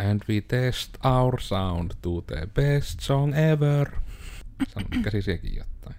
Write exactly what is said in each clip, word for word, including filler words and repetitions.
And we test our sound to the best song ever. Sano käsi sekin jotain.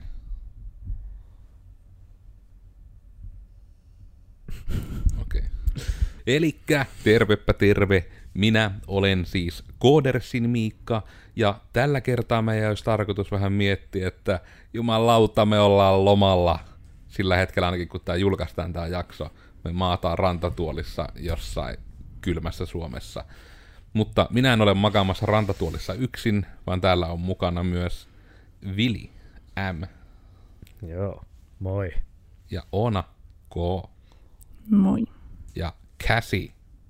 Okei. Okay. Elikkä tervepä terve. Minä olen siis Koodersin Miikka, ja tällä kertaa meidän olisi tarkoitus vähän miettiä, että jumalauta me ollaan lomalla. Sillä hetkellä ainakin, kun tää julkaistaan tää jakso, me maataan rantatuolissa jossain kylmässä Suomessa. Mutta minä en ole makaamassa rantatuolissa yksin, vaan täällä on mukana myös Vili M. Joo, moi. Ja Ona K. Moi. Ja Cassie.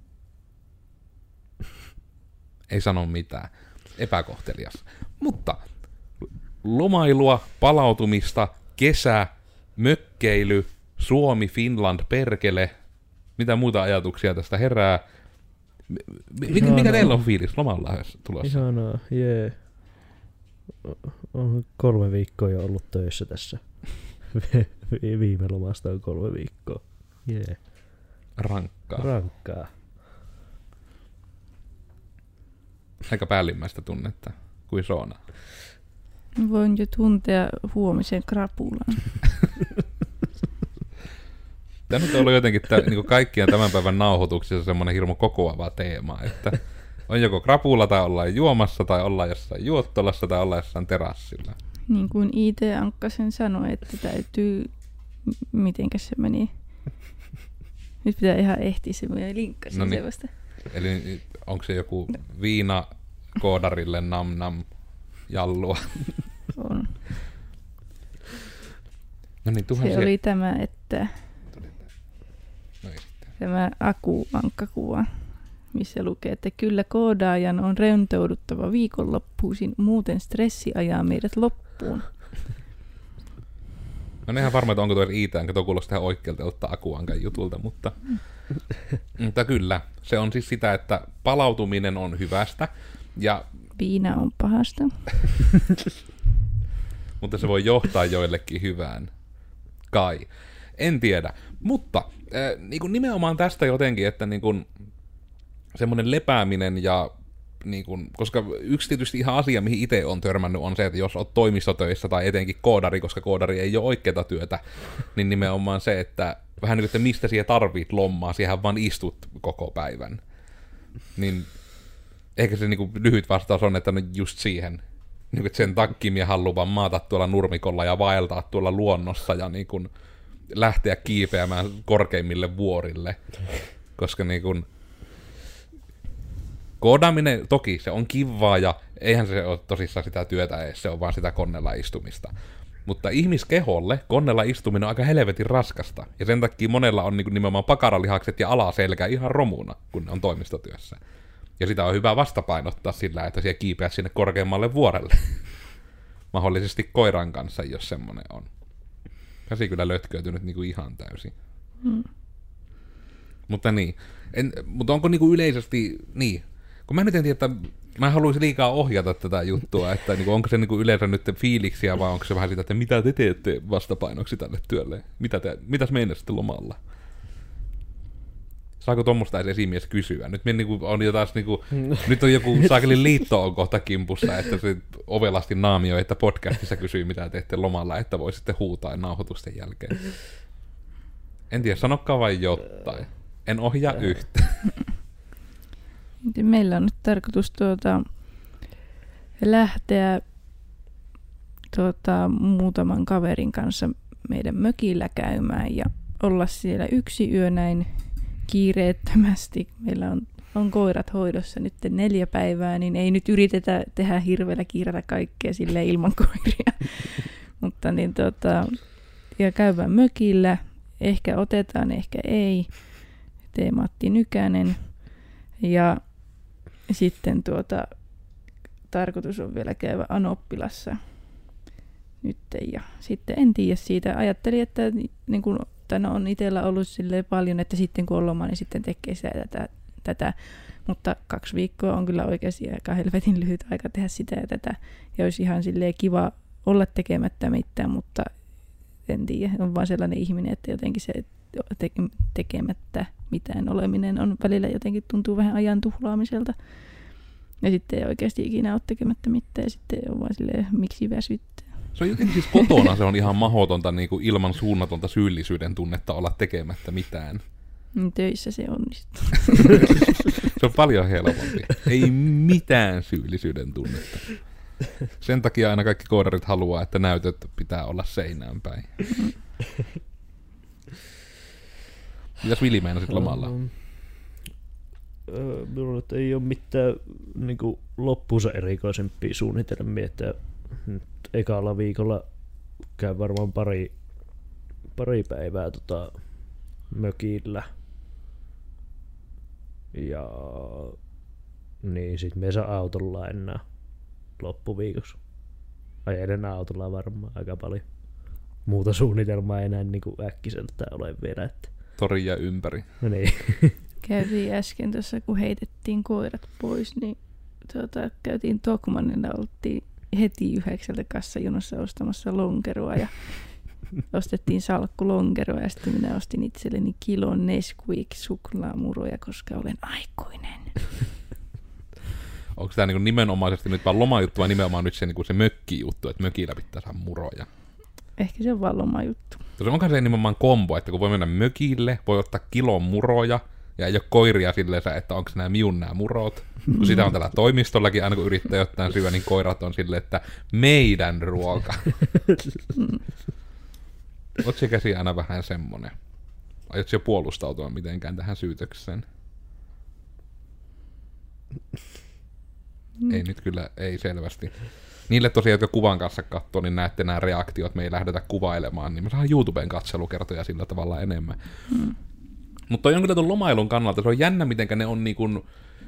Ei sano mitään. Epäkohtelias. Mutta lomailua, palautumista, kesä, mökkeily, Suomi, Finland, perkele. Mitä muuta ajatuksia tästä herää? Mikä, mikä teillä on fiilis lomalla tulossa? Ihanaa, jee. On kolme viikkoa jo ollut töissä tässä. Viime lomasta on kolme viikkoa. Jee. Rankkaa. Rankkaa. Aika päällimmäistä tunnetta kuin Soona. Voin jo tuntea huomisen krapulan. Tämä nyt on ollut jotenkin tä, niin kaikkien tämän päivän nauhoituksissa semmoinen hirmu kokoava teema, että on joko krapula tai ollaan juomassa tai ollaan jossain juottolassa tai ollaan jossain terassilla. Niin kuin I T-Ankkasen sanoi, että täytyy... Mitenkäs se meni? Nyt pitää ihan ehtiä se, minä linkkasin no niin. Se vasta. Eli onko se joku viina koodarille nam nam jallua? On. No niin, tuhansia... Se oli tämä, että no tämä Aku-ankkakuva, missä lukee, että kyllä koodaajan on rentouduttava viikonloppuisin, muuten stressi ajaa meidät loppuun. No ne ihan varma, että onko tuo I T, enkä tuo kuulostaa ihan oikealta ottaa Aku-ankan jutulta, mutta... mutta kyllä, se on siis sitä, että palautuminen on hyvästä, ja... Viina on pahasta. mutta se voi johtaa joillekin hyvään. Kai. En tiedä. Mutta äh, niin kuin nimenomaan tästä jotenkin, että niin kuin semmoinen lepääminen ja niin kuin, koska yksi tietysti ihan asia, mihin itse on törmännyt, on se, että jos olet toimistotöissä tai etenkin koodari, koska koodari ei ole oikeaa työtä, niin nimenomaan se, että vähän niin kuin, että mistä siellä tarvit lommaa, siihen vaan istut koko päivän. Niin ehkä se niin kuin lyhyt vastaus on, että no just siihen, niin kuin, että sen takia minä haluan vaan maata tuolla nurmikolla ja vaeltaa tuolla luonnossa ja niin kuin lähteä kiipeämään korkeimmille vuorille, koska niin kuin koodaaminen, toki se on kivaa ja eihän se ole tosissaan sitä työtä edes, se on vaan sitä koneella istumista. Mutta ihmiskeholle koneella istuminen on aika helvetin raskasta, ja sen takia monella on niin kuin nimenomaan pakaralihakset ja alaselkä ihan romuna, kun ne on toimistotyössä. Ja sitä on hyvä vastapainottaa sillä, että siellä kiipeä sinne korkeammalle vuorelle. Mahdollisesti koiran kanssa, jos semmoinen on. Käsi kyllä lötköytynyt niin kuin ihan täysin. Hmm. Mutta niin. En, mutta onko niin kuin yleisesti... Niin. Kun mä nyt en tiedä, että mä haluaisin liikaa ohjata tätä juttua, että niin kuin, onko se niin kuin yleensä nyt fiiliksiä, vai onko se vähän sitä, että mitä te teette vastapainoksi tälle työlle? Mitä te, mitäs meinasitte lomalla? Saako tuommoista edes esimies kysyä? Nyt niin kuin, on jo taas, niin kuin, nyt on joku saakelin liitto on kohta kimpussa, että se ovelasti naamioi, että podcastissa kysyy, mitä teette lomalla, että voi sitten huutaa nauhoitusten jälkeen. En tiedä, sanokaa vain jotain. En ohjaa yhtä. Meillä on nyt tarkoitus tuota, lähteä tuota, muutaman kaverin kanssa meidän mökillä käymään ja olla siellä yksi yö näin kiireettömästi. Meillä on, on koirat hoidossa nyt neljä päivää, niin ei nyt yritetä tehdä hirveällä kiireellä kaikkea silleen ilman koiria. Mutta niin tuota, ja käydään mökillä, ehkä otetaan, ehkä ei. Tee Matti Nykänen. Ja sitten tuota, tarkoitus on vielä käydä Anoppilassa nyt. Ja sitten en tiedä siitä. Ajattelin, että niin kun, no on itsellä ollut silleen paljon, että sitten kun on loma, niin sitten tekee sitä tätä, tätä. Mutta kaksi viikkoa on kyllä oikeasti aika helvetin lyhyt aika tehdä sitä ja tätä. Ja olisi ihan silleen kiva olla tekemättä mitään, mutta en tiedä. On vaan sellainen ihminen, että jotenkin se tekemättä mitään oleminen on välillä jotenkin tuntuu vähän ajan tuhlaamiselta. Ja sitten ei oikeasti ikinä ole tekemättä mitään ja sitten on vaan silleen, miksi väsyttää. Se on jotenkin siis kotona, se on ihan mahdotonta niin kuin ilman suunnatonta syyllisyyden tunnetta olla tekemättä mitään. Töissä se onnistuu. Se on paljon helpompi. Ei mitään syyllisyyden tunnetta. Sen takia aina kaikki koodarit haluaa, että näytöt pitää olla seinään päin. Mitäs Vili meinasit lomalla? Minulla ei ole mitään niin kuin loppuunsa erikoisempia suunnitelmia, että nyt ekalla viikolla käy varmaan pari, pari päivää tota, mökillä. Ja niin sit me saa autolla enää loppuviikossa. Ajelen autolla varmaan aika paljon. Muuta suunnitelmaa ei enää niinku äkkiseltään ole vielä. Että... Tori ja ympäri. No niin. Käytiin äsken tuossa, kun heitettiin koirat pois, niin tuota, käytiin Tokmanilla, oltiin heti yhdeksältä kassajonossa ostamassa lonkeroa ja ostettiin salkku lonkeroa ja sitten minä ostin itselleni kilon Nesquik suklaamuroja, koska olen aikuinen. Onko tämä niinku nimenomaisesti nyt vaan lomajuttu vai nimenomaan nyt se, niinku se mökki-juttu, että mökillä pitää saada muroja? Ehkä se on vaan lomajuttu. Tosi onko se nimenomaan kombo, että kun voi mennä mökille, voi ottaa kilon muroja, ja ei ole koiria silleen, että onko nämä miun nämä murot. Kun sitä on tällä toimistollakin, aina kun yrittää jotain syödä, niin koirat on silleen, että meidän ruoka. Oot se käsi aina vähän semmonen? Aiotko jo puolustautua mitenkään tähän syytökseen? Mm. Ei nyt kyllä, ei selvästi. Niille tosiaan, jotka kuvan kanssa katsoo, niin näette nämä reaktiot, me ei lähdetä kuvailemaan, niin me saadaan YouTuben katselukertoja sillä tavalla enemmän. Mm. Mutta on kyllä tuon lomailun kannalta, se on jännä, mitenkä ne on niin kuin,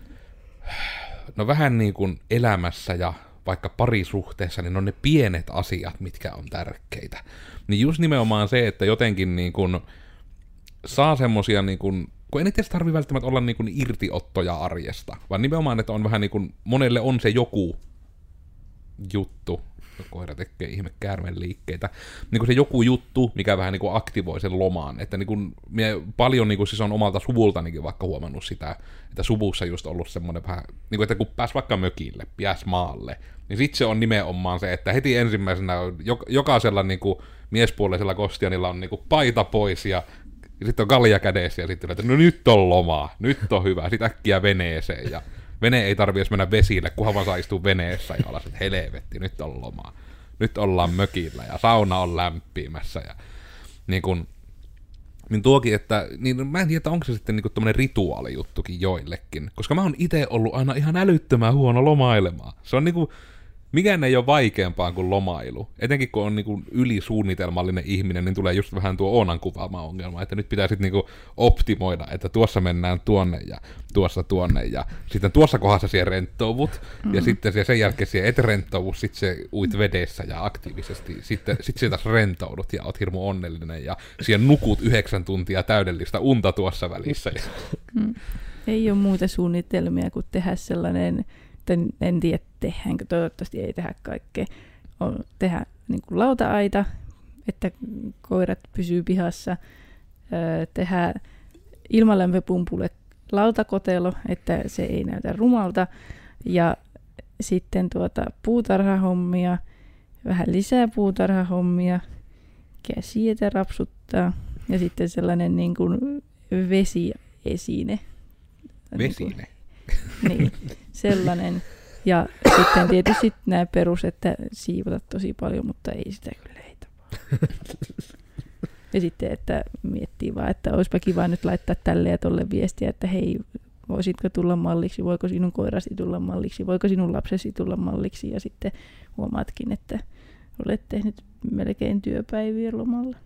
no vähän niin kuin elämässä ja vaikka parisuhteessa, niin on ne pienet asiat, mitkä on tärkeitä. Niin just nimenomaan se, että jotenkin niin kuin saa semmosia niin kuin, kun ei niitä edes tarvitse välttämättä olla niin kuin irtiottoja arjesta, vaan nimenomaan, että on vähän niin kuin, monelle on se joku juttu, koira tekee ihme käärmeen liikkeitä, niin kuin se joku juttu, mikä vähän niin kuin aktivoi sen lomaan, että niin kuin, minä paljon niin kuin siis on omalta suvultanikin vaikka huomannut sitä, että suvussa just ollut semmoinen vähän, niin kuin, että kun pääs vaikka mökille, pääs maalle, niin sit se on nimenomaan se, että heti ensimmäisenä jokaisella niin kuin miespuolisella kostianilla on niin kuin paita pois ja Ja sitten on kalja kädessä ja sitten että no nyt on lomaa, nyt on hyvä. Sitten äkkiä veneeseen ja vene ei tarvitse mennä vesille, kunhan vaan saa istua veneessä ja olla sitten helvetti, nyt on lomaa. Nyt ollaan mökillä ja sauna on lämpimässä ja niin kun, niin tuokin, että niin mä en tiedä, onko se sitten niinku tommonen rituaalijuttukin joillekin, koska mä oon itse ollut aina ihan älyttömän huono lomailemaan. Se on niinku, mikään ei ole vaikeampaa kuin lomailu. Etenkin kun on niinku ylisuunnitelmallinen ihminen, niin tulee just vähän tuo Oonan kuvaama ongelma, että nyt pitää sitten niinku optimoida, että tuossa mennään tuonne ja tuossa tuonne ja sitten tuossa kohdassa siellä rentouvut mm-hmm. ja sitten siellä sen jälkeen siellä et rentouvu, sitten se uit vedessä ja aktiivisesti, sitten sit siellä taas rentoudut ja oot hirmu onnellinen ja siellä nukut yhdeksän tuntia täydellistä unta tuossa välissä. Mm. Ei ole muuta suunnitelmia kuin tehdä sellainen, en tiedä tehdäänkö, toivottavasti ei tehdä kaikkea, on tehdä niin kuin lauta-aita, että koirat pysyy pihassa, tehdä ilmalämpöpumpulle lautakotelo, että se ei näytä rumalta, ja sitten tuota puutarhahommia, vähän lisää puutarhahommia, käsiä rapsuttaa, ja sitten sellainen niin kuin vesiesine. Vesine? Niin, sellainen. Ja sitten tietysti nämä perus, että siivota tosi paljon, mutta ei sitä kyllä ei tapaa. Ja sitten, että miettii vaan, että olisipa kiva nyt laittaa tälle ja tolle viestiä, että hei, voisitko tulla malliksi, voiko sinun koirasi tulla malliksi, voiko sinun lapsesi tulla malliksi, ja sitten huomaatkin, että olet tehnyt melkein työpäiviä lomalla.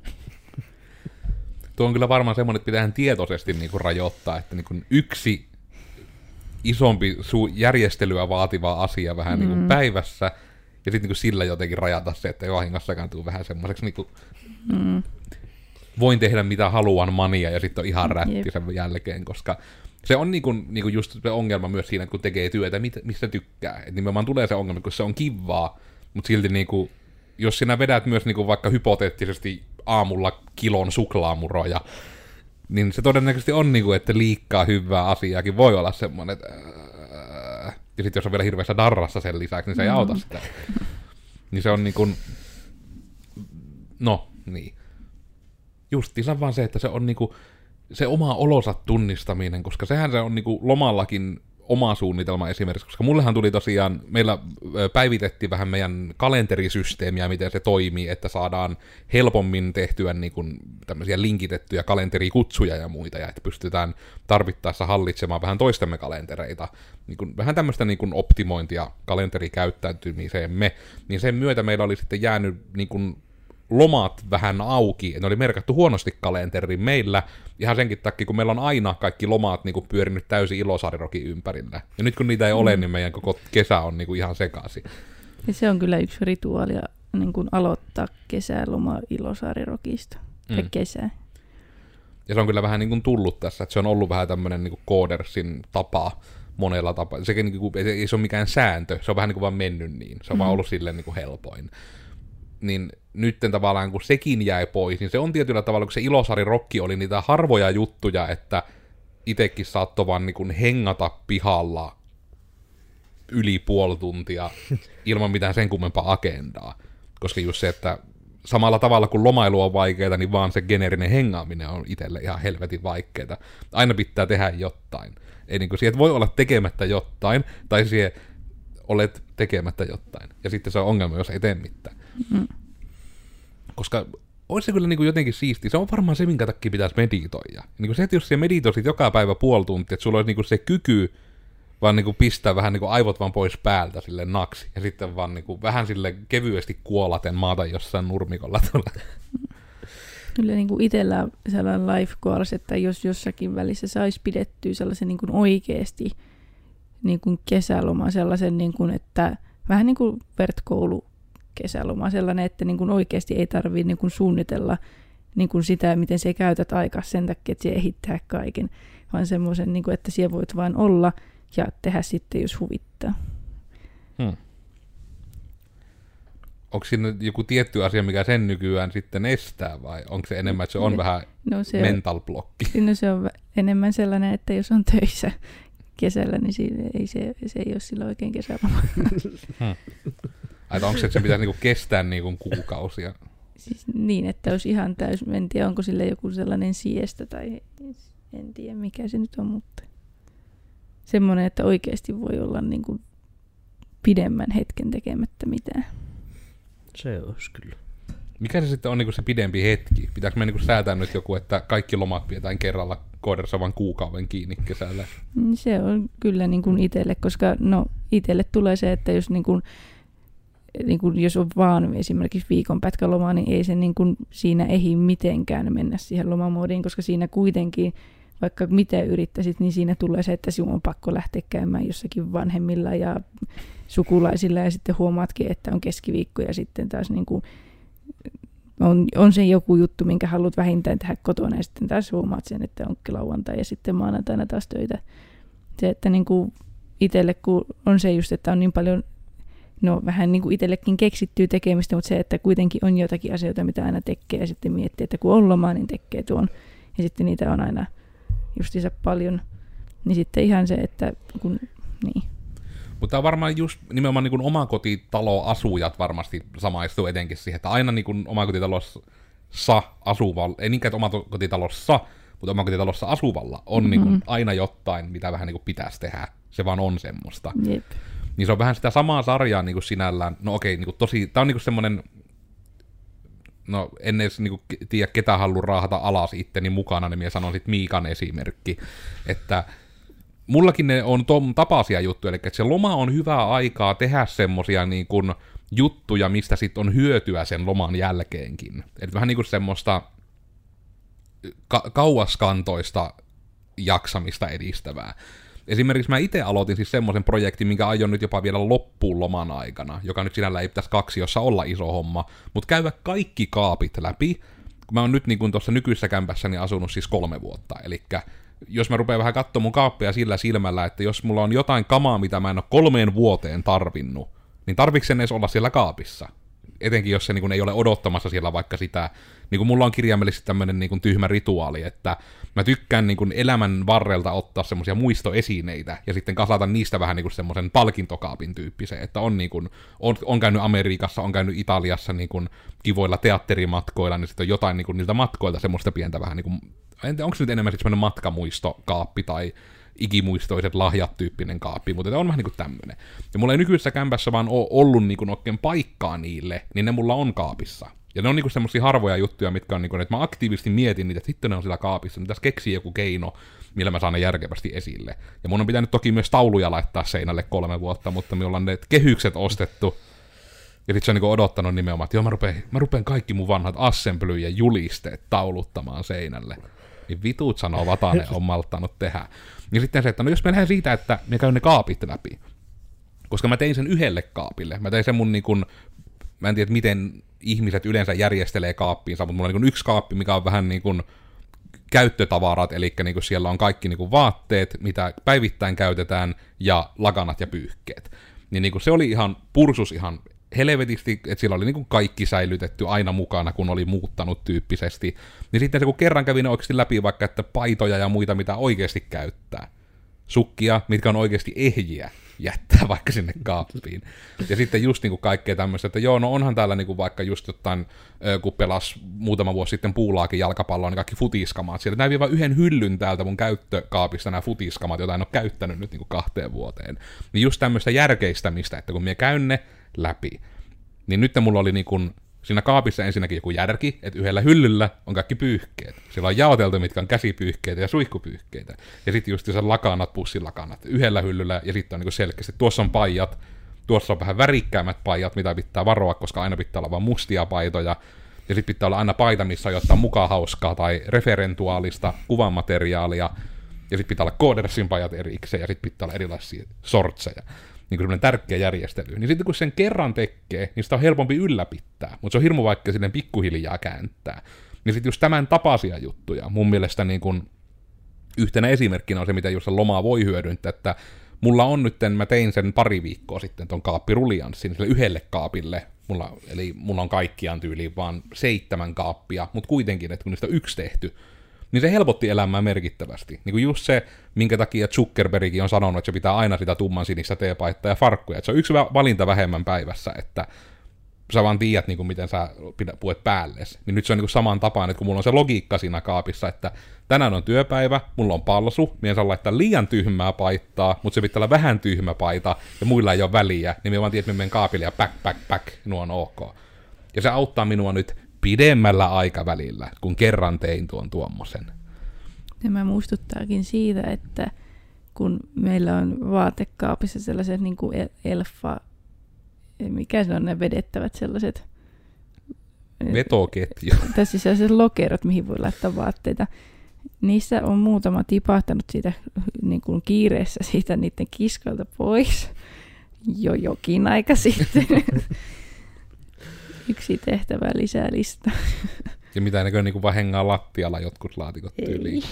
Tuo on kyllä varmaan semmoinen, että pitää tietoisesti niinku rajoittaa, että niinku yksi isompi su- järjestelyä vaativa asia vähän mm. niinku päivässä, ja sitten niinku sillä jotenkin rajata se, että vahingossakaan tuu vähän semmoiseksi niinku mm. voin tehdä mitä haluan mania, ja sitten on ihan rätti sen jälkeen, koska se on niinku, niinku just se ongelma myös siinä, kun tekee työtä, mit, mistä tykkää. Et nimenomaan tulee se ongelma, kun se on kivaa, mutta silti niinku, jos sinä vedät myös niinku vaikka hypoteettisesti aamulla kilon suklaamuroja, niin se todennäköisesti on niinku, että liikkaa hyvää asiaakin voi olla semmoinen, että äh, Ja sitten jos on vielä hirveässä darrassa sen lisäksi, niin se ei Mm. auta sitä. Niin se on niin kuin, no niin. Justiinsa vaan se, että se on niinku se oma olonsa tunnistaminen, koska sehän se on niinku lomallakin oma suunnitelma esimerkiksi, koska mullehan tuli tosiaan, meillä päivitettiin vähän meidän kalenterisysteemiä, miten se toimii, että saadaan helpommin tehtyä niinku tämmöisiä linkitettyjä kalenterikutsuja ja muita, ja että pystytään tarvittaessa hallitsemaan vähän toistemme kalentereita, niinku vähän tämmöistä niinku optimointia kalenterikäyttäytymiseemme, niin sen myötä meillä oli sitten jäänyt niinku lomat vähän auki, ne oli merkattu huonosti kalenteriin meillä, ihan senkin takia, kun meillä on aina kaikki lomat niin kuin pyörinyt täysin Ilosaarirokin ympärillä. Ja nyt kun niitä ei ole, niin meidän koko kesä on niin kuin ihan sekaisin. Ja se on kyllä yksi rituaali niin kuin aloittaa kesäloma Ilosaarirokista. Tai Mm. kesä. Ja se on kyllä vähän niin kuin tullut tässä, että se on ollut vähän tämmöinen niin kuin Codersin tapa monella tapaa. Sekin niin kuin, ei se ole mikään sääntö, se on vähän niin kuin vaan mennyt niin. Se on mm. vaan ollut silleen niin kuin helpoin. Niin nytten tavallaan kun sekin jäi pois, niin se on tietyllä tavalla, kun se Ilosaari-rokki oli niitä harvoja juttuja, että itekin saattoi vaan niin kuin hengata pihalla yli puoli tuntia ilman mitään sen kummempaa agendaa. Koska just se, että samalla tavalla kuin lomailu on vaikeaa, niin vaan se geneerinen hengaaminen on itselle ihan helvetin vaikeaa. Aina pitää tehdä jotain. Ei niin kuin siihen, voi olla tekemättä jotain, tai siihen olet tekemättä jotain. Ja sitten se on ongelma, jos ei tee mitään. Mm. Koska olisi se kyllä niin kuin jotenkin siisti. Se on varmaan se, minkä takia pitäisi meditoida. Niin kuin se, että jos siellä meditoisit joka päivä puoli tuntia, että sulla olisi niin kuin se kyky vaan niin kuin pistää vähän niin kuin aivot vaan pois päältä sille naksi. Ja sitten vaan niin kuin vähän sille kevyesti kuolaten maata jossain nurmikolla tuolla. Kyllä niin kuin itsellä on sellainen life goals, että jos jossakin välissä saisi pidettyä sellaisen niin kuin oikeasti niin kuin kesäloma, sellaisen, niin kuin, että vähän niin kuin vertkoulu kesäloma, sellainen, että niin kuin oikeasti ei tarvitse niin kuin suunnitella niin kuin sitä, miten sä käytät aikaa sen takia, että sä ehittää kaiken, vaan semmoisen, niin kuin, että siellä voit vain olla ja tehdä sitten, jos huvittaa. Hmm. Onko siinä joku tietty asia, mikä sen nykyään sitten estää, vai onko se enemmän, että se on No, vähän no se mental blokki? on, no se on vä- enemmän sellainen, että jos on töissä kesällä, niin siinä ei, se, se ei ole silloin oikein kesäloma. Hmm. Ai, onko se, että se pitäisi niinku kestää niinku kuukausia? Siis niin, että olisi ihan täys, en tiedä onko sille joku sellainen siesta tai en tiedä mikä se nyt on, mutta semmoinen, että oikeasti voi olla niin kuin pidemmän hetken tekemättä mitään. Se olisi kyllä. Mikä se sitten on niinku se pidempi hetki? Pitääkö me niinku säätää nyt joku, että kaikki lomat pidetään kerralla Coderissa vaan kuukauden kiinni kesällä? Se on kyllä niin kuin itselle, koska no itselle tulee se, että jos niin kuin, niin kuin jos on vaan esimerkiksi viikon pätkälomaa, niin ei se niin kuin siinä ehdi mitenkään mennä siihen lomamoodiin, koska siinä kuitenkin, vaikka mitä yrittäisit, niin siinä tulee se, että sinun on pakko lähteä käymään jossakin vanhemmilla ja sukulaisilla ja sitten huomaatkin, että on keskiviikko ja sitten taas niin kuin on, on se joku juttu, minkä haluat vähintään tehdä kotona ja sitten taas huomaat sen, että onkin lauantai ja sitten maanantaina taas töitä. Se, että niin kuin itselle kun on se just, että on niin paljon, no vähän niin kuin itsellekin keksittyy tekemistä, mutta se, että kuitenkin on jotakin asioita, mitä aina tekee ja sitten miettii, että kun on lomaa, niin tekee tuon. Ja sitten niitä on aina justiinsa paljon. Niin sitten ihan se, että kun, niin. Mutta on varmaan just nimenomaan niin omakotitaloasujat varmasti samaistuu etenkin siihen, että aina niin omakotitalossa asuvalla, ei niinkään omakotitalossa, mutta omakotitalossa asuvalla on mm-hmm. niin kuin aina jotain, mitä vähän niin kuin pitäisi tehdä. Se vaan on semmoista. Jep. Niin se on vähän sitä samaa sarjaa niin kuin sinällään. No okei, niin kuin tosi, tää on niin kuin semmonen, no en edes niin kuin tiedä ketä haluaa raahata alas itteni mukana, niin minä sanon sit Miikan esimerkki, että mullakin ne on ton tapaisia juttuja, eli että se loma on hyvää aikaa tehdä semmosia niin kuin juttuja, mistä sitten on hyötyä sen loman jälkeenkin. Eli vähän niin kuin semmoista ka- kauaskantoista jaksamista edistävää. Esimerkiksi mä itse aloitin siis semmoisen projektin, minkä aion nyt jopa vielä loppuun loman aikana, joka nyt sinällä ei pitäisi kaksi, jossa olla iso homma, mutta käydä kaikki kaapit läpi. Mä oon nyt niin kuin tuossa nykyisessä kämpässäni asunut siis kolme vuotta, eli jos mä rupean vähän katsomaan mun kaappeja sillä silmällä, että jos mulla on jotain kamaa, mitä mä en ole kolmeen vuoteen tarvinnut, niin tarvitsen edes olla siellä kaapissa? etenkin jos se niin kuin ei ole odottamassa siellä vaikka sitä, niin kuin mulla on kirjaimellisesti tämmöinen niin kuin tyhmä rituaali, että mä tykkään niin kuin elämän varrelta ottaa semmoisia muistoesineitä ja sitten kasata niistä vähän niin kuin semmoisen palkintokaapin tyyppisen, että on, niin kuin, on, on käynyt Amerikassa, on käynyt Italiassa niin kuin kivoilla teatterimatkoilla, niin sitten on jotain niin kuin niiltä matkoilta semmoista pientä vähän niin kuin, en tiedä, onko se nyt enemmän sitten semmoinen matkamuistokaappi tai ikimuistoiset lahjat tyyppinen kaappi, mutta on vähän niin kuin tämmöinen. Ja mulla ei nykyisessä kämpässä vaan ole ollut niin kuin oikein paikkaa niille, niin ne mulla on kaapissa. Ja ne on niinku semmosia harvoja juttuja, mitkä on niinku, että mä aktiivisesti mietin niitä, että sitten ne on siellä kaapissa, niin tässä keksii joku keino, millä mä saan ne järkevästi esille. Ja mun on pitänyt toki myös tauluja laittaa seinälle kolme vuotta, mutta me ollaan ne kehykset ostettu. Ja sit se on niinku odottanut nimenomaan, että joo, mä rupean, mä rupean kaikki mun vanhat assembly- ja julisteet tauluttamaan seinälle. Niin vitut sanoo, Vatanen on malttanut tehdä. Ja sitten se, että no jos me lähden siitä, että me käyn ne kaapit läpi. Koska mä tein sen yhdelle kaapille. Mä tein sen mun niinku, mä en tiedä miten ihmiset yleensä järjestelee kaappiinsa, mutta mulla on niin yksi kaappi, mikä on vähän niin kuin käyttötavarat, eli niin kuin siellä on kaikki niin kuin vaatteet, mitä päivittäin käytetään, ja lakanat ja pyyhkeet. Niin, niin kuin se oli ihan pursus ihan helvetisti, että siellä oli niin kuin kaikki säilytetty aina mukana, kun oli muuttanut tyyppisesti. Niin sitten se, kun kerran kävin oikeasti läpi vaikka, että paitoja ja muita, mitä oikeasti käyttää. Sukkia, mitkä on oikeasti ehjiä, jättää vaikka sinne kaappiin. Ja sitten just niinku kaikkea tämmöistä, että joo, no onhan täällä niinku vaikka just jotain, kun pelas muutama vuosi sitten puulaakin jalkapalloa, niin kaikki futiskamat. Sieltä näin vaan yhden hyllyn täältä mun käyttökaapista nämä futiskamat, joita en ole käyttänyt nyt niinku kahteen vuoteen. Niin just tämmöistä järkeistämistä, että kun minä käyn ne läpi, niin nyt mulla oli niinku siinä kaapissa ensinnäkin joku järki, että yhdellä hyllyllä on kaikki pyyhkeet. Siellä on jaoteltu, mitkä on käsipyyhkeitä ja suihkupyyhkeitä. Ja sitten just se lakanat, pussilakanat yhdellä hyllyllä, ja sitten on niinku selkeästi, tuossa on paijat, tuossa on vähän värikkäämät paijat, mitä pitää varoa, koska aina pitää olla vain mustia paitoja. Ja sitten pitää olla aina paita, missä on jotain mukaan hauskaa tai referentuaalista kuvamateriaalia. Ja sitten pitää olla koodersin pajat erikseen, ja sitten pitää olla erilaisia sortseja. Niin kuin semmoinen tärkeä järjestely. Niin sitten kun sen kerran tekee, niin sitä on helpompi ylläpittää. Mutta se on hirmu vaikka silleen pikkuhiljaa kääntää. Niin sitten just tämän tapaisia juttuja. Mun mielestä niin kun yhtenä esimerkkinä on se, mitä just lomaa voi hyödyntää, että mulla on nyt, mä tein sen pari viikkoa sitten ton kaappirulianssin sille yhdelle kaapille. Mulla, eli mulla on kaikkiaan tyyliin vaan seitsemän kaappia, mutta kuitenkin, että kun niistä on yksi tehty, niin se helpotti elämää merkittävästi. Niin kuin just se, minkä takia Zuckerbergkin on sanonut, että se pitää aina sitä tumman sinistä teepaittaa ja farkkuja. Että se on yksi valinta vähemmän päivässä, että sä vaan tiedät, niin kuin miten sä puet päälles. Niin nyt se on niin kuin saman tapaan, että kun mulla on se logiikka siinä kaapissa, että tänään on työpäivä, mulla on palsu, mien saa laittaa liian tyhmää paittaa, mutta se pitää olla vähän tyhmä paita, ja muilla ei ole väliä, niin mä vaan tiedän, että mä menen kaapille ja päk, päk, päk, nuo on ok. Ja se auttaa minua nyt pidemmällä aikavälillä, kun kerran tein tuon tuommoisen. Tämä muistuttaakin siitä, että kun meillä on vaatekaapissa sellaiset niin kuin elfa, mikä se on ne vedettävät sellaiset vetoketju. Tai siis sellaiset lokerot, mihin voi laittaa vaatteita. Niissä on muutama tipahtanut siitä niin kuin kiireessä siitä niiden kiskalta pois jo jokin aika sitten. Yksi tehtävä lisää lista. Ja mitä näköinen niin kuin vaan hengaa lattialla jotkut laatikot tyyliin.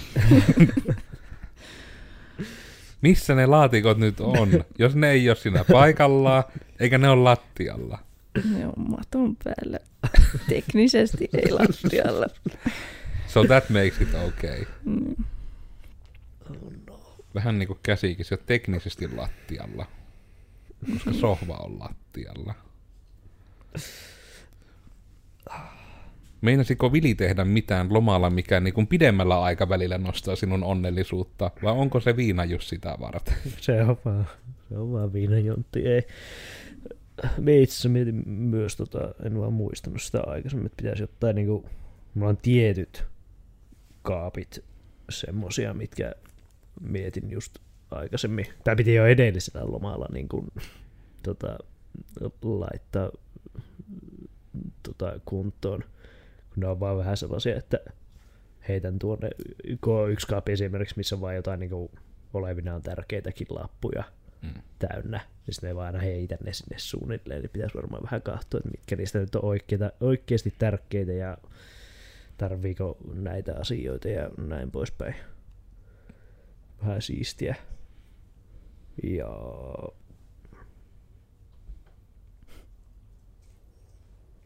Missä ne laatikot nyt on, jos ne ei ole siinä paikallaan, eikä ne ole lattialla? Ne on maton päällä. Teknisesti ei lattialla. So that makes it okay. Mm. Vähän niin kuin käsikin, se on teknisesti lattialla, koska sohva on lattialla. Meinasiko Vili tehdä mitään lomalla, mikä niin kuin pidemmällä aikavälillä nostaa sinun onnellisuutta, vai onko se viinajus sitä varten? Se on vaan, se on vaan viinajontti, ei. Me itse asiassa mietin myös, tota, en vaan muistanut sitä aikaisemmin, että pitäisi ottaa niinku, mulla on tietyt kaapit semmosia, mitkä mietin just aikaisemmin, tai piti jo edellisellä lomalla niin kuin, tota, laittaa tota, kuntoon, kun ne on vaan vähän sellaisia, että heitän tuonne, kun on yksi kaapi esimerkiksi, missä on vaan jotain niin kuin olevinaan tärkeitäkin lappuja mm. täynnä, ja sitten ne vaan aina heitä ne sinne suunnilleen, niin pitäisi varmaan vähän katsoa, että mitkä niistä nyt on oikeita, oikeasti tärkeitä ja tarviiko näitä asioita ja näin poispäin. Vähän siistiä. Ja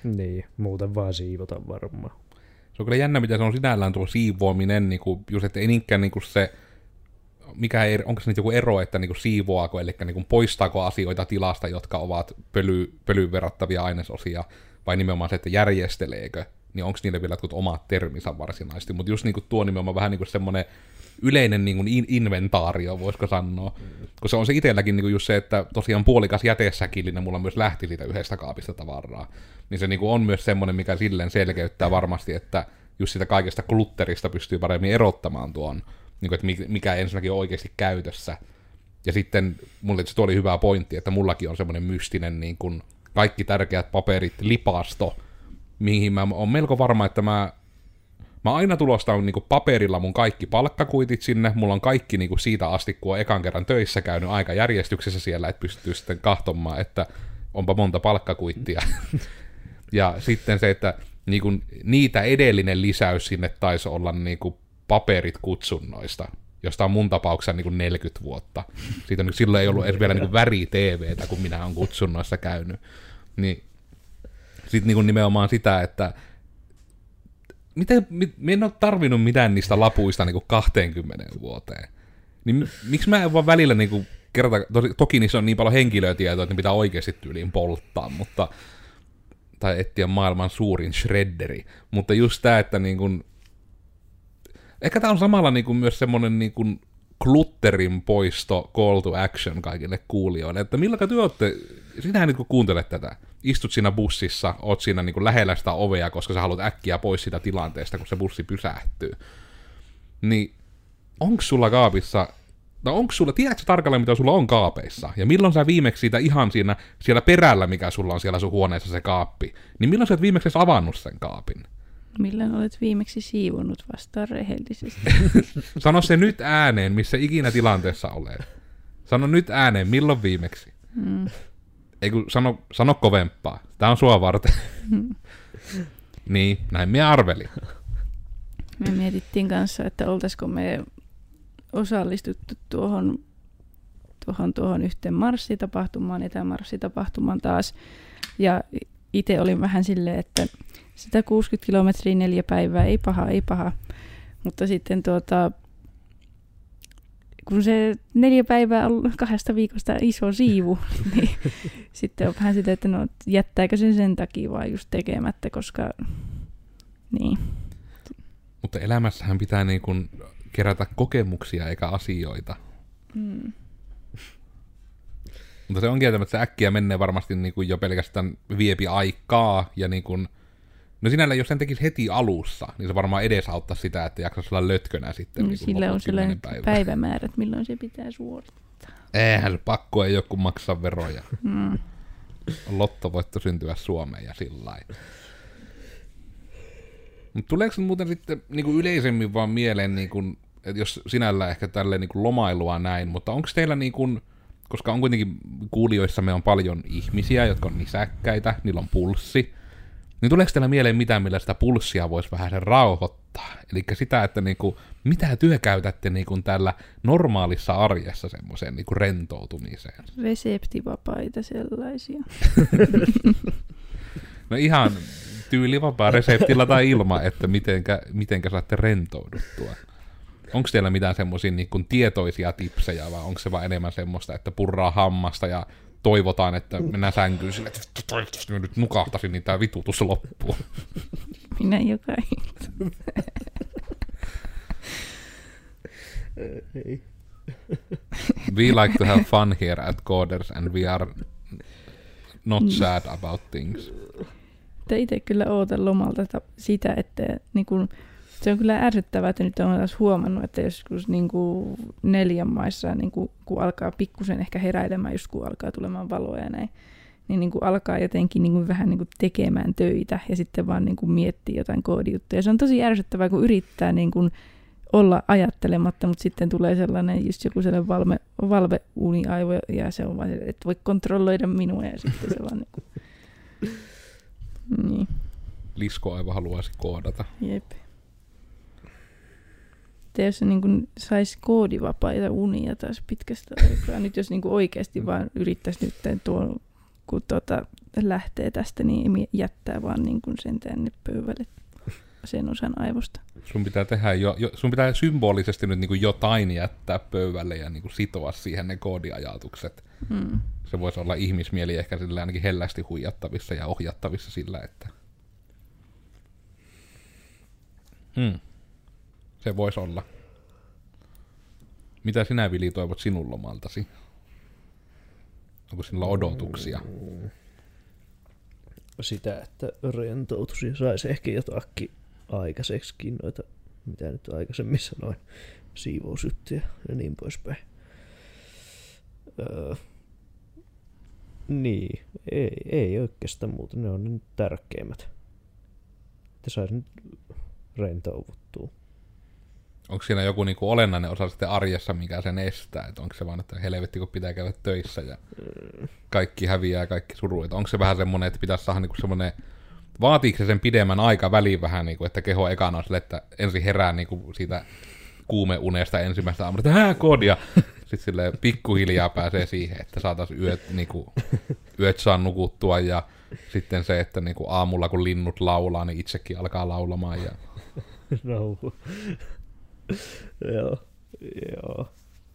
Niin, muuten vaan siivota varmaan. Se on kyllä jännä, mitä se on sinällään tuo siivoaminen, niin kuin, just että ei niinkään niin kuin se, mikä ei, onko se nyt joku ero, että niin kuin siivoako, eli niin kuin poistaako asioita tilasta, jotka ovat pöly, pölyyn verrattavia ainesosia, vai nimenomaan se, että järjesteleekö, niin onko niille vielä jotkut omat terminsä varsinaisesti, mutta just niin kuin tuo nimenomaan vähän niin kuin semmoinen yleinen niin kuin in- inventaario, voisiko sanoa, kun se on se itselläkin niin kuin just se, että tosiaan puolikas jätesäkillinen mulla myös lähti siitä yhdestä kaapista tavaraa, niin se niin kuin on myös semmoinen, mikä silleen selkeyttää varmasti, että just sitä kaikesta glutterista pystyy paremmin erottamaan tuon, niin kuin, että mikä ensinnäkin on oikeasti käytössä. Ja sitten mulle se oli hyvä pointti, että mullakin on semmoinen mystinen niin kuin kaikki tärkeät paperit lipasto, mihin mä oon melko varma, että mä, mä aina tulostan niin kuin paperilla mun kaikki palkkakuitit sinne, mulla on kaikki niin kuin siitä asti, kun on ekan kerran töissä käynyt aika järjestyksessä siellä, että pystyy sitten kahtomaan, että onpa monta palkkakuittia. Ja sitten se, että niin kuin niitä edellinen lisäys sinne taisi olla niin kuin paperit kutsunnoista, josta on mun tapauksessa niin kuin neljäkymmentä vuotta. Siitä on, silloin ei ollut edes vielä niin kuin väri-tvtä, kun minä olen kutsunnoissa käynyt. Niin sitten niin kuin nimenomaan sitä, että miten, mit, minä en ole tarvinnut mitään niistä lapuista niin kuin kaksikymmentä vuoteen. Niin miksi mä en vaan välillä niin kuin kerta, to, toki niissä on niin paljon henkilötietoa, että ne pitää oikeasti tyyliin polttaa, mutta tai etsiä maailman suurin shredderi, mutta just tää, että niin kun, ehkä tää on samalla niin kun myös semmonen niin kun glutterin poisto call to action kaikille kuulijoille, että milloin te ootte, sinähän nyt kun kuuntelet tätä, istut siinä bussissa, oot siinä niin kun lähellä sitä ovea, koska sä haluat äkkiä pois sitä tilanteesta, kun se bussi pysähtyy, niin onks sulla kaapissa, no onko sulla, tiedätkö tarkalleen mitä sulla on kaapeissa, ja milloin sä viimeksi siitä ihan siinä, siellä perällä, mikä sulla on siellä sun huoneessa se kaappi, niin milloin sä oot viimeksi edes avannut sen kaapin? Milloin olet viimeksi siivonnut vastaan rehellisesti? Sano se nyt ääneen, missä ikinä tilanteessa olet. Sano nyt ääneen, milloin viimeksi? Mm. Ei kun sano, sano kovempaa, tää on sua varten. Mm. Niin, näin minä arvelin. Me mietittiin kanssa, että oltaisiko me osallistuttu tuohon, tuohon, tuohon yhteen marssitapahtumaan, etämarssitapahtumaan taas. Ja itse olin vähän silleen, että sitä kuusikymmentä kilometriä neljä päivää, ei paha, ei paha. Mutta sitten tuota, kun se neljä päivää on kahdesta viikosta iso siivu, niin sitten on vähän sitä, että no jättääkö sen sen takia vai just tekemättä, koska niin. Mutta elämässähän pitää niin kuin kerätä kokemuksia eikä asioita. Mm. Mutta se on kieltämättä, että se äkkiä menee varmasti niin kuin jo pelkästään viepi aikaa. Ja niin kuin, no sinällä jos sen tekisi heti alussa, niin se varmaan edesauttaa sitä, että jaksaisi olla lötkönä sitten. No, niin sillä on sellainen päivämäärät, milloin se pitää suorittaa. Eihän se pakko ei joku maksaa veroja. Mm. On lottovoitto syntyä Suomeen ja sillä lailla. Mutta tuleeko muuten sitten niin kuin yleisemmin vaan mieleen, niin kuin, että jos sinällä ehkä tälleen niin kuin lomailua näin, mutta onko teillä, niin kuin, koska on kuitenkin kuulijoissamme on paljon ihmisiä, jotka on nisäkkäitä, niillä on pulssi, niin tuleeko teillä mieleen mitään, millä sitä pulssia voisi vähän sen rauhoittaa? Eli sitä, että niin kuin, mitä työ käytätte niin kuin tällä normaalissa arjessa semmoiseen niin kuin rentoutumiseen? Reseptivapaita sellaisia. No ihan tyylivapaa reseptillä tai ilman, että mitenkä, mitenkä saatte rentouduttua. Onko teillä mitään semmoisia niin kuin tietoisia tipsejä, vai onko se vaan enemmän semmoista, että purraa hammasta ja toivotaan, että mennään sänkyyn sille, että toivottavasti nyt nukahtaisin, niin tämä vitutus loppuu. Minä joka ilta. We like to have fun here at Coders and we are not sad about things. Itse kyllä ootan lomalta sitä, että niin kun, se on kyllä ärsyttävää, että nyt on taas huomannut, että joskus niin kuin neljän maissa, niin kuin, kun alkaa pikkusen ehkä heräilemään, just kun alkaa tulemaan valoa ja näin, niin, niin kuin alkaa jotenkin niin kuin vähän niin kuin tekemään töitä ja sitten vaan niin kuin miettii jotain koodijuttuja. Se on tosi ärsyttävää, kun yrittää niin kuin olla ajattelematta, mutta sitten tulee sellainen just joku sellainen valve, valveuniaivo ja se on vaan se, että voi kontrolloida minua ja sitten se vaan niin kuin niin. Lisko aivan haluaisi koodata. Jep. Te jos se niin saisi koodivapaita unia taas pitkästä aikaa. Nyt jos niin oikeasti vaan yrittäisi nyt tuo, kun tuota, lähtee tästä, niin jättää vaan niin kuin sen tänne pöydälle sen osan aivosta. Sun pitää tehdä jo, jo sun pitää symbolisesti nyt niin kuin jotain jättää pöydälle ja niin kuin sitoa siihen ne koodiajatukset. Hmm. Se voisi olla ihmismieli ehkä sillä ainakin hellästi huijattavissa ja ohjattavissa sillä, että hmm. se voisi olla. Mitä sinä, Vili, toivot sinun lomaltasi? Onko sinulla odotuksia? Sitä, että rentoutus ja saisi ehkä jotakin aikaiseksikin noita, mitä nyt aikaisemmin sanoin, siivousjuttuja ja niin poispäin. Öö, niin, ei, ei oikeastaan muuta, ne on ne tärkeimmät. Että saisi nyt rentouttua. Onko siinä joku niinku olennainen osa sitten arjessa, mikä sen estää? Et onko se vaan, että helvetti, kun pitää käydä töissä ja kaikki häviää ja kaikki suruu? Et onko se vähän semmoinen, että pitäisi saada niinku semmoinen, vaatiiko se sen pidemmän aikaväliin vähän, niinku, että keho ekana on sille, että ensin herää niinku siitä kuumeunesta ensimmäistä aamulla, että hää koodia. Sitten silleen pikkuhiljaa pääsee siihen, että saataisiin yöt, niinku, yöt saa nukuttua ja sitten se, että niinku aamulla kun linnut laulaa, niin itsekin alkaa laulamaan. Ja No. Joo, joo.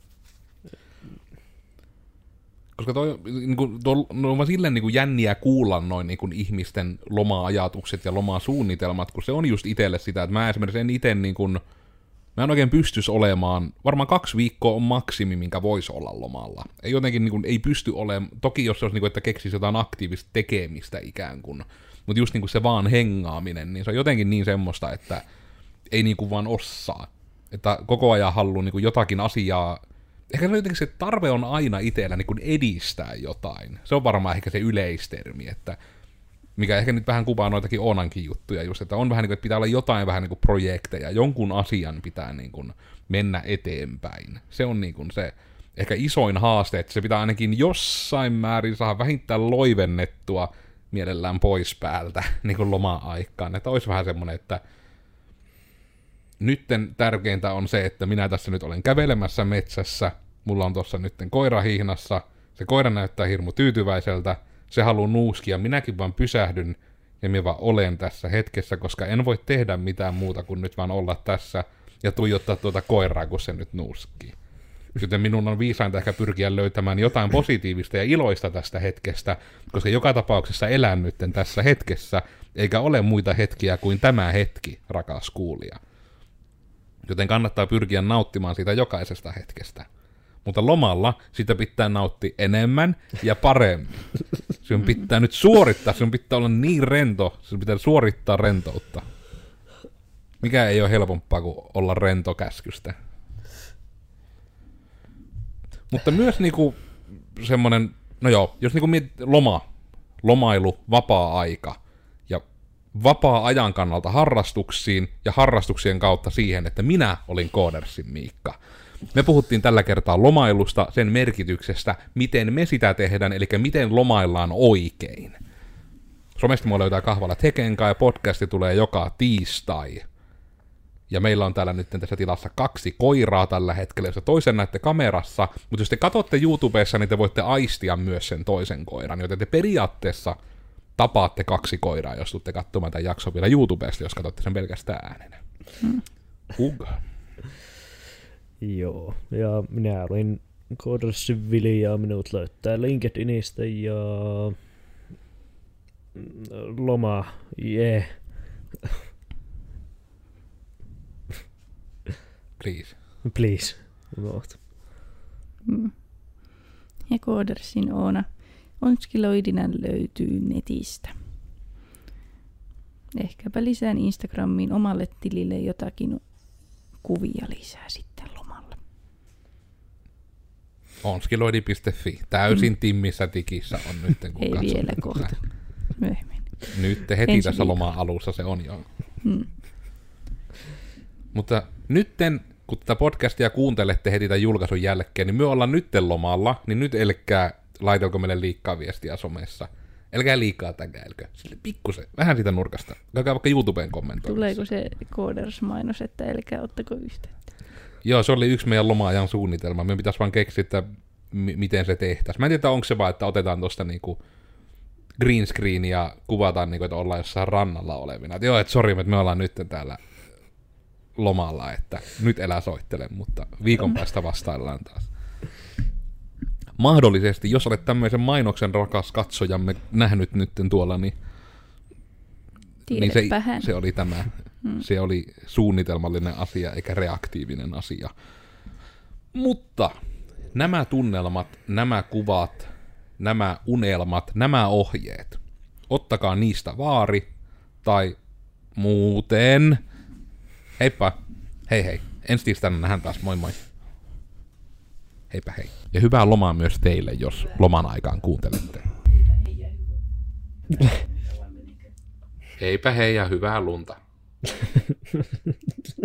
Koska toi, niinku, toi, no on silleen niinku jänniä kuulla noin niinku ihmisten loma-ajatukset ja lomasuunnitelmat, kun se on just itselle sitä, että mä esimerkiksi en ite niinku, mä en oikein pystys olemaan, varmaan kaksi viikkoa on maksimi, minkä voisi olla lomalla. Ei jotenkin niinku, ei pysty olemaan, toki jos se olisi niinku, että keksisi jotain aktiivista tekemistä ikään kuin, mutta just niinku se vaan hengaaminen, niin se on jotenkin niin semmoista, että ei niinku vaan osaa. Että koko ajan haluaa niin kuin jotakin asiaa, ehkä se, jotenkin se tarve on aina itsellä niin kuin edistää jotain. Se on varmaan ehkä se yleistermi, että mikä ehkä nyt vähän kuvaa noitakin Oonankin juttuja just, että on vähän niin kuin, että pitää olla jotain vähän niin kuin projekteja, jonkun asian pitää niin kuin mennä eteenpäin. Se on niin kuin se ehkä isoin haaste, että se pitää ainakin jossain määrin saada vähintään loivennettua mielellään pois päältä niin kuin loma-aikaan. Että olisi vähän semmoinen, että nytten tärkeintä on se, että minä tässä nyt olen kävelemässä metsässä, mulla on tuossa nytten koira hihnassa, se koira näyttää hirmu tyytyväiseltä, se haluaa nuuskia, minäkin vaan pysähdyn ja minä vaan olen tässä hetkessä, koska en voi tehdä mitään muuta kuin nyt vaan olla tässä ja tuijottaa tuota koiraa, kun se nyt nuuskii. Joten minun on viisainta ehkä pyrkiä löytämään jotain positiivista ja iloista tästä hetkestä, koska joka tapauksessa elän nytten tässä hetkessä, eikä ole muita hetkiä kuin tämä hetki, rakas kuulija. Joten kannattaa pyrkiä nauttimaan siitä jokaisesta hetkestä. Mutta lomalla sitä pitää nauttia enemmän ja paremmin. Sinun pitää nyt suorittaa, sinun pitää olla niin rento, sinun pitää suorittaa rentoutta. Mikä ei ole helpompaa kuin olla rento käskystä. Mutta myös niinku semmonen, no joo, jos niinku mietit loma, lomailu, vapaa-aika ja vapaa-ajan kannalta harrastuksiin ja harrastuksien kautta siihen, että minä olin Koodersin Miikka. Me puhuttiin tällä kertaa lomailusta, sen merkityksestä, miten me sitä tehdään, eli miten lomaillaan oikein. Somesta mua löytää kahvalla Tekenkaa ja podcasti tulee joka tiistai. Ja meillä on täällä nyt tässä tilassa kaksi koiraa tällä hetkellä, jossa toisen näette kamerassa, mutta jos te katsotte YouTubessa, niin te voitte aistia myös sen toisen koiran, joten te periaatteessa tapaatte kaksi koiraa, jos tuutte katsomaan tämän jakson vielä YouTubesta, jos katsotte sen pelkästään äänenä. Hmm. Hug. Joo, ja minä olin Koodersin Vili ja minut löytää LinkedInistä ja loma, jee. Yeah. Please. Please. Mm. Ja Koodersin Oona Onskiloidinen löytyy netistä. Ehkäpä lisään Instagramiin omalle tilille jotakin kuvia lisää sitten lomalla. Onskiloidi piste fi. Täysin mm. timmissä tikissä on nyt. Kun ei vielä kohta. Myöhemmin. Nyt heti Ensi tässä loman alussa se on jo. Mm. Mutta nytten, kun tätä podcastia kuuntelette heti tämän julkaisun jälkeen, niin me ollaan nytten lomalla, niin nyt elkää laitelko meille liikaa viestiä somessa. Älkää liikaa tägäilkö. Sille pikkusen, vähän siitä nurkasta. Käykää vaikka YouTubeen kommentoimassa. Tuleeko se Kooders-mainos, että älkää ottako yhteyttä? Joo, se oli yksi meidän loma-ajan suunnitelma. Meidän pitäisi vaan keksiä, että m- miten se tehtäisiin. Mä en tiedä, onko se vaan, että otetaan tuosta niinku green screen ja kuvataan, niin kuin, että ollaan jossain rannalla olevina. Että joo, että sori, että me ollaan nyt täällä lomalla, että nyt elää soittele, mutta viikon päästä vastaillaan taas. Mahdollisesti, jos olet tämmöisen mainoksen rakas katsojamme nähnyt nyt tuolla, niin, niin se, se oli tämä. Hmm. Se oli suunnitelmallinen asia eikä reaktiivinen asia. Mutta nämä tunnelmat, nämä kuvat, nämä unelmat, nämä ohjeet, ottakaa niistä vaari, tai muuten, heippa, hei hei, ensi tiistaina nähdään taas, moi moi. Heipä hei. Ja hyvää lomaa myös teille, jos loman aikaan kuuntelette. Heipä hei ja hyvää lunta.